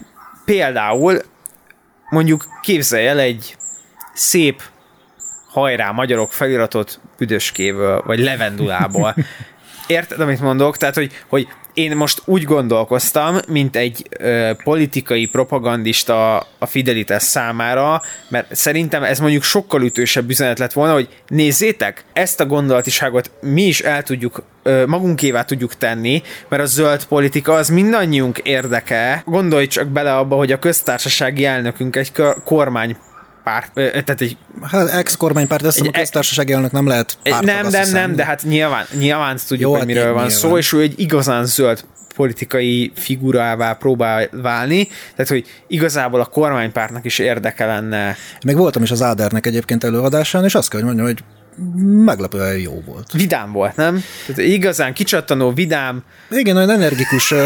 Például mondjuk képzelj el egy szép hajrá magyarok feliratot büdöskéből, vagy levendulából. Érted, amit mondok? Tehát, hogy, hogy én most úgy gondolkoztam, mint egy ö, politikai propagandista a Fidelitas számára, mert szerintem ez mondjuk sokkal ütősebb üzenet lett volna, hogy nézzétek, ezt a gondolatiságot mi is el tudjuk, ö, magunkévá tudjuk tenni, mert a zöld politika az mindannyiunk érdeke. Gondolj csak bele abba, hogy a köztársasági elnökünk egy kormány párt, tehát egy... Hát ex-kormánypárt, ezt a köztársasági elnök nem lehet pártok, Nem, nem, nem, de hát nyilván, nyilván tudjuk, jó, hogy miről van nyilván. Szó, és ő egy igazán zöld politikai figurává próbál válni, tehát, hogy igazából a kormánypártnak is érdeke lenne. Meg voltam is az Ádernek egyébként előadásán, és azt kell, hogy mondjam, hogy meglepően jó volt. Vidám volt, nem? Tehát igazán kicsattanó, vidám. Igen, olyan energikus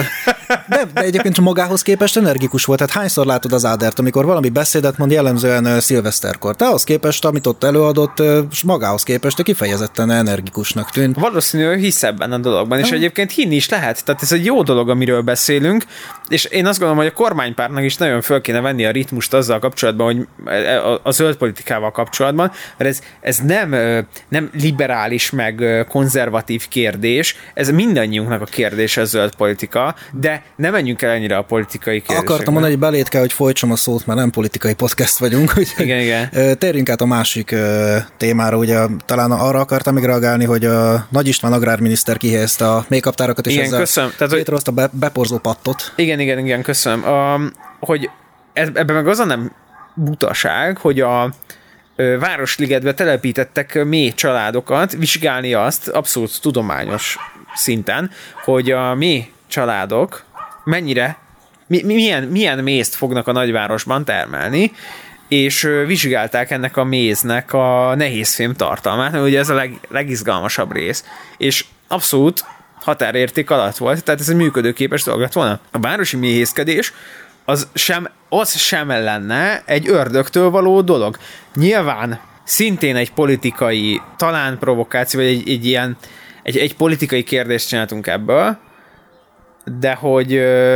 De, de egyébként magához képest energikus volt. Tehát hányszor látod az Ádert, amikor valami beszédet mond, jellemzően szilveszterkor. Te ahhoz képest, amit ott előadott, magához képest kifejezetten energikusnak tűnt. Valószínű, ő hisz ebben a dologban, és egyébként hinni is lehet. Tehát ez egy jó dolog, amiről beszélünk, és én azt gondolom, hogy a kormánypártnak is nagyon föl kéne venni a ritmust azzal kapcsolatban, hogy a zöld politikával kapcsolatban, mert ez, ez nem, nem liberális, meg konzervatív kérdés, ez mindannyiunknak a kérdése a zöld politika, de nem menjünk el ennyire a politikai kérdésekbe. Akartam mondani, hogy belét kell, hogy folytsam a szót, mert nem politikai podcast vagyunk. Igen, igen. Térjünk át a másik témára, ugye talán arra akartam még reagálni, hogy a Nagy István agrárminiszter kihelyezte a méhkaptárokat, és igen, ezzel köszönöm. Tehát, létrehozta be, beporzó pattot. Igen, igen, igen, köszönöm. Um, hogy ebben meg az a nem butaság, hogy a Városligetbe telepítettek méh családokat, vizsgálni azt abszolút tudományos szinten, hogy a méh családok mennyire, mi, milyen, milyen mézt fognak a nagyvárosban termelni, és vizsgálták ennek a méznek a nehézfém tartalmát, mert ugye ez a leg, legizgalmasabb rész, és abszolút határérték alatt volt, tehát ez egy működőképes dolog lett volna. A városi méhészkedés az sem, az sem lenne egy ördögtől való dolog. Nyilván szintén egy politikai, talán provokáció, vagy egy, egy ilyen, egy, egy politikai kérdést csináltunk ebből, de hogy ö,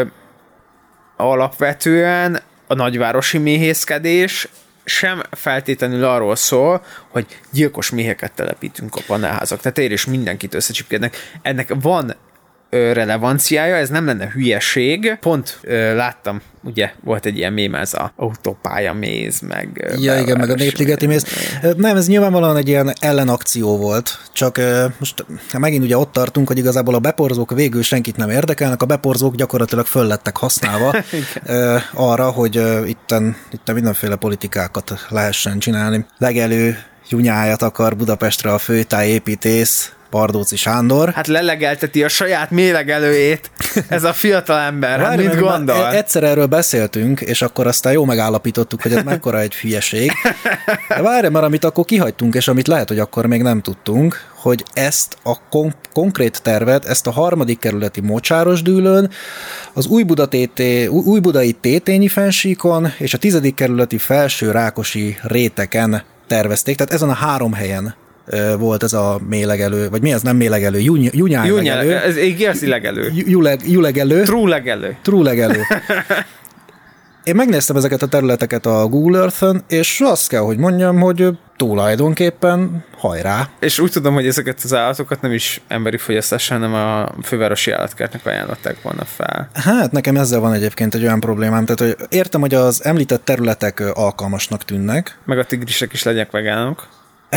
alapvetően a nagyvárosi méhészkedés sem feltétlenül arról szól, hogy gyilkos méheket telepítünk a panelházak tetejére, és mindenkit összecsipkednek. Ennek van ö, relevanciája, ez nem lenne hülyeség. Pont ö, láttam, ugye volt egy ilyen mém, ez a autópálya méz, meg... Ja, igen, meg a népligeti méz. Nem, ez nyilvánvalóan egy ilyen ellenakció volt, csak most megint ugye ott tartunk, hogy igazából a beporzók végül senkit nem érdekelnek, a beporzók gyakorlatilag föl lettek használva arra, hogy itten, itten mindenféle politikákat lehessen csinálni. Legelő junyáját akar Budapestre a főtájépítész, Bardóczy Sándor. Hát lelegelteti a saját mélegelőjét ez a fiatal ember. Hát mit gondol? Egyszer erről beszéltünk, és akkor aztán jó megállapítottuk, hogy ez mekkora egy hülyeség. De várj, mert amit akkor kihagytunk, és amit lehet, hogy akkor még nem tudtunk, hogy ezt a kon- konkrét tervet, ezt a harmadik kerületi Mocsáros dűlőn, az Újbudai új Tétényi fennsíkon és a tizedik kerületi Felső Rákosi réteken tervezték, tehát ezen a három helyen volt ez a mélegelő, vagy mi az, nem mélegelő, junyáj legelő. Ez igazi legelő. Julegelő. True legelő. True legelő. Én megnéztem ezeket a területeket a Google Earth-ön, és azt kell, hogy mondjam, hogy tulajdonképpen hajrá. És úgy tudom, hogy ezeket az állatokat nem is emberi fogyasztásra, hanem a fővárosi állatkertnek ajánlották volna fel. Hát nekem ezzel van egyébként egy olyan problémám, tehát hogy értem, hogy az említett területek alkalmasnak tűnnek. Meg a tigrisek is legyenek vegánok.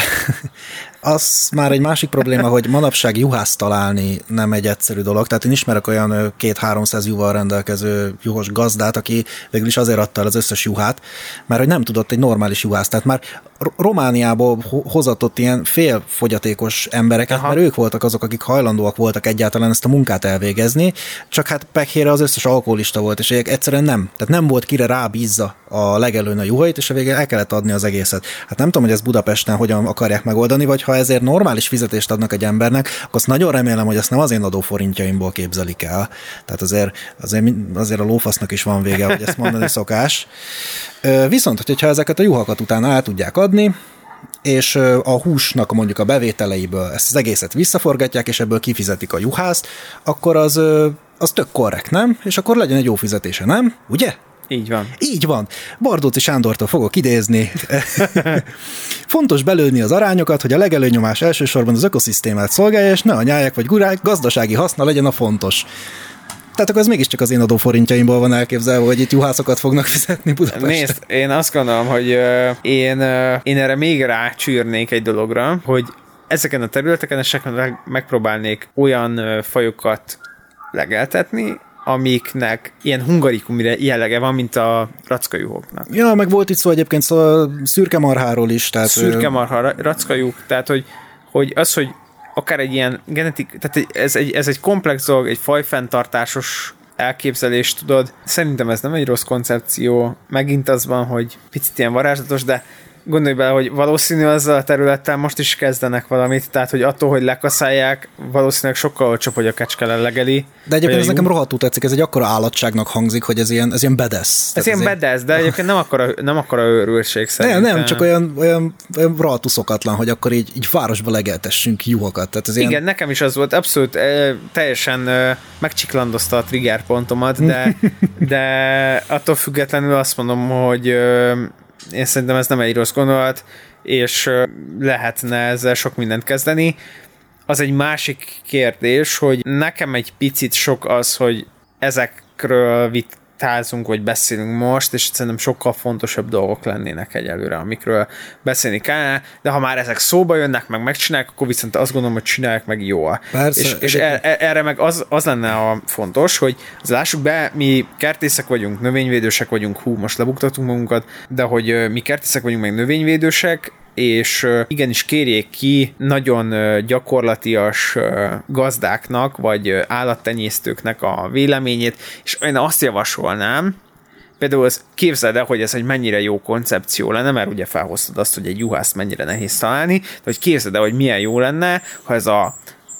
Az már egy másik probléma, hogy manapság juhászt találni nem egy egyszerű dolog. Tehát én ismerek olyan két-háromszáz juhval rendelkező juhos gazdát, aki végül is azért adta el az összes juhát, mert hogy nem tudott egy normális juhászt. Tehát már Romániából hozatott ilyen félfogyatékos embereket, aha, mert ők voltak azok, akik hajlandóak voltak egyáltalán ezt a munkát elvégezni, csak hát pekhére az összes alkoholista volt, és egyszerűen nem. Tehát nem volt kire rábízza a legelőn a juhait, és a végén el kellett adni az egészet. Hát nem tudom, hogy ezt Budapesten hogyan akarják megoldani, vagy ha ezért normális fizetést adnak egy embernek, akkor azt nagyon remélem, hogy ezt nem az én adóforintjaimból képzelik el. Tehát azért, azért, azért a lófasznak is van vége, hogy ezt mondani szokás. Viszont, hogyha ezeket a juhakat utána el tudják adni, és a húsnak mondjuk a bevételeiből ezt az egészet visszaforgatják, és ebből kifizetik a juhászt, akkor az, az tök korrekt, nem? És akkor legyen egy jó fizetése, nem? Ugye? Így van. Így van. Bardóczy Sándortól fogok idézni. Fontos belőni az arányokat, hogy a legelőnyomás elsősorban az ökoszisztémát szolgálja, és ne a nyájak vagy gurák gazdasági haszna legyen a fontos. Tehát akkor ez mégiscsak az én adóforintjaimból van elképzelve, hogy itt juhászokat fognak fizetni Budapesten. Nézd, én azt gondolom, hogy uh, én, uh, én erre még rácsűrnék egy dologra, hogy ezeken a területeken esetleg megpróbálnék olyan uh, fajokat legeltetni, amiknek ilyen hungarikum jellege van, mint a rackajuhoknak. Ja, meg volt itt szó egyébként szó a szürkemarháról is. Tehát szürkemarha, rackajuh, tehát hogy, hogy az, hogy akár egy ilyen genetik, tehát ez egy, ez egy komplex dolog, egy fajfenntartásos elképzelés, tudod. Szerintem ez nem egy rossz koncepció, megint az van, hogy picit ilyen varázslatos, de gondolj bele, hogy valószínű azzal a területtel most is kezdenek valamit, tehát hogy attól, hogy lekaszálják, valószínűleg sokkal olcsóbb, hogy a kecske lelegeli. De egyébként ez nekem rohadtul tetszik, ez egy akkora állatságnak hangzik, hogy ez ilyen, ez ilyen badass. Ez ilyen badass, de egyébként nem akkora, nem akkora őrültség szerintem. Nem, nem, csak olyan, olyan, olyan rohadtul szokatlan, hogy akkor így, így városba legeltessünk juhokat. Tehát ez igen, ilyen... nekem is az volt, abszolút eh, teljesen eh, megcsiklandozta a trigger pontomat, de, de attól függetlenül azt mondom, hogy eh, én szerintem ez nem egy rossz gondolat, és eh, lehetne ezzel sok mindent kezdeni. Az egy másik kérdés, hogy nekem egy picit sok az, hogy ezekről vitázunk, vagy beszélünk most, és szerintem sokkal fontosabb dolgok lennének egyelőre, amikről beszélni kellene, de ha már ezek szóba jönnek, meg megcsinálják, akkor viszont azt gondolom, hogy csinálják meg jól. Persze, és és er, erre meg az, az lenne a fontos, hogy az lássuk be, mi kertészek vagyunk, növényvédősek vagyunk, hú, most lebuktatunk magunkat, de hogy mi kertészek vagyunk, meg növényvédősek, és igenis kérjék ki nagyon gyakorlatias gazdáknak, vagy állattenyésztőknek a véleményét, és én azt javasolnám, például az, képzeld el, hogy ez egy mennyire jó koncepció lenne, mert ugye felhoztad azt, hogy egy juhászt mennyire nehéz találni, de hogy képzeld el, hogy milyen jó lenne, ha ez a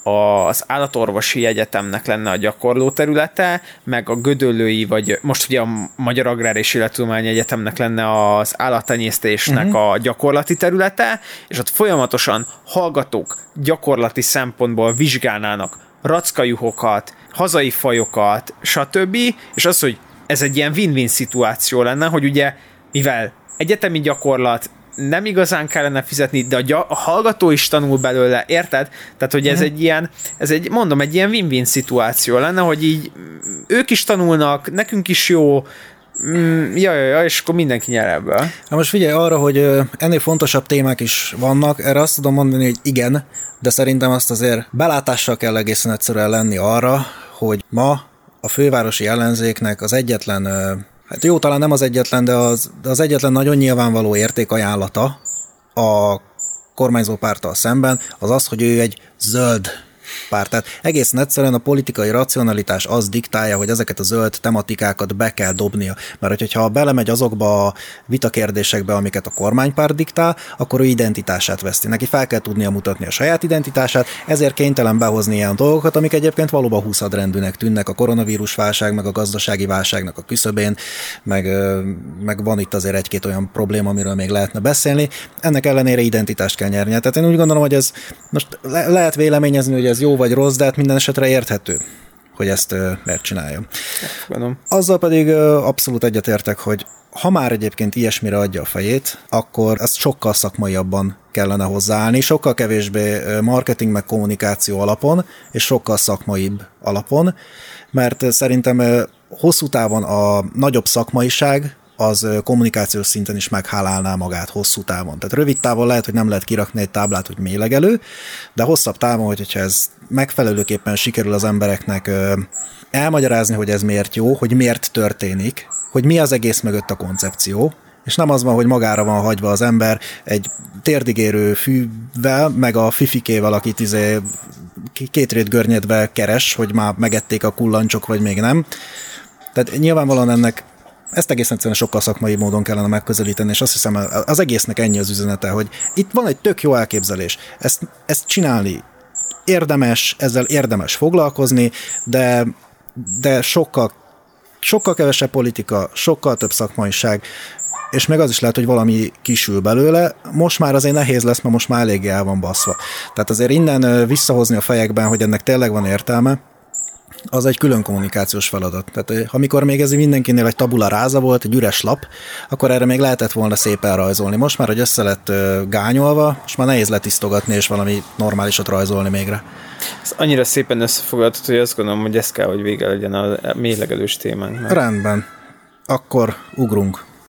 az állatorvosi egyetemnek lenne a gyakorló területe, meg a Gödöllői, vagy most ugye a Magyar Agrár és Élettudományi Egyetemnek lenne az állattenyésztésnek uh-huh. a gyakorlati területe, és ott folyamatosan hallgatók gyakorlati szempontból vizsgálnának rackajuhokat, hazai fajokat, stb. És az, hogy ez egy ilyen win-win szituáció lenne, hogy ugye, mivel egyetemi gyakorlat, nem igazán kellene fizetni, de a, gy- a hallgató is tanul belőle, érted? Tehát, hogy ez mm. egy ilyen, ez egy, mondom, egy ilyen win-win szituáció lenne, hogy így ők is tanulnak, nekünk is jó, mm, ja, ja, ja, és akkor mindenki nyer ebből. Na most figyelj arra, hogy ennél fontosabb témák is vannak, erre azt tudom mondani, hogy igen, de szerintem azt azért belátással kell egészen egyszerűen lenni arra, hogy ma a fővárosi ellenzéknek az egyetlen, hát jó, talán nem az egyetlen, de az, de az egyetlen nagyon nyilvánvaló értékajánlata a kormányzó párttal szemben az az, hogy ő egy zöld párt. Tehát egészen egyszerűen a politikai racionalitás az diktálja, hogy ezeket a zöld tematikákat be kell dobnia. Mert hogyha belemegy azokba a vitakérdésekbe, amiket a kormánypárt diktál, akkor ő identitását veszti. Neki fel kell tudnia mutatni a saját identitását, ezért kénytelen behozni ilyen dolgokat, amik egyébként valóban húszadrendűnek tűnnek a koronavírus válság, meg a gazdasági válságnak a küszöbén, meg, meg van itt azért egy-két olyan probléma, amiről még lehetne beszélni. Ennek ellenére identitást kell nyernie. Tehát én úgy gondolom, hogy ez most le- lehet véleményezni, hogy ez jó vagy rossz, de hát minden esetre érthető, hogy ezt uh, megcsinálja. Azzal pedig uh, abszolút egyetértek, hogy ha már egyébként ilyesmire adja a fejét, akkor ezt sokkal szakmaiabban kellene hozzáállni, sokkal kevésbé marketing meg kommunikáció alapon, és sokkal szakmaibb alapon, mert szerintem uh, hosszú távon a nagyobb szakmaiság az kommunikációs szinten is meghálálná magát hosszú távon. Tehát rövid távon lehet, hogy nem lehet kirakni egy táblát, hogy mélegelő, de hosszabb távon, hogyha ez megfelelőképpen sikerül az embereknek elmagyarázni, hogy ez miért jó, hogy miért történik, hogy mi az egész mögött a koncepció, és nem az van, hogy magára van hagyva az ember egy térdigérő fűvel, meg a fifikével, akit izé kétrét görnyedve keres, hogy már megették a kullancsok, vagy még nem. Tehát nyilvánvalóan ennek ezt egészen egyszerűen sokkal szakmai módon kellene megközelíteni, és azt hiszem az egésznek ennyi az üzenete, hogy itt van egy tök jó elképzelés. Ezt, ezt csinálni érdemes, ezzel érdemes foglalkozni, de, de sokkal, sokkal kevesebb politika, sokkal több szakmaiság, és meg az is lehet, hogy valami kisül belőle. Most már azért nehéz lesz, mert most már eléggé el van baszva. Tehát azért innen visszahozni a fejekben, hogy ennek tényleg van értelme, az egy külön kommunikációs feladat. Tehát amikor még ez mindenkinél egy tabula ráza volt, egy üres lap, akkor erre még lehetett volna szépen rajzolni. Most már, hogy össze lett gányolva, most már nehéz letisztogatni, és valami normálisat rajzolni mégre. Ez annyira szépen összefoglaltad, hogy azt gondolom, hogy ez kell, hogy vége legyen a mélylegelős témánknak. Rendben. Akkor ugrunk.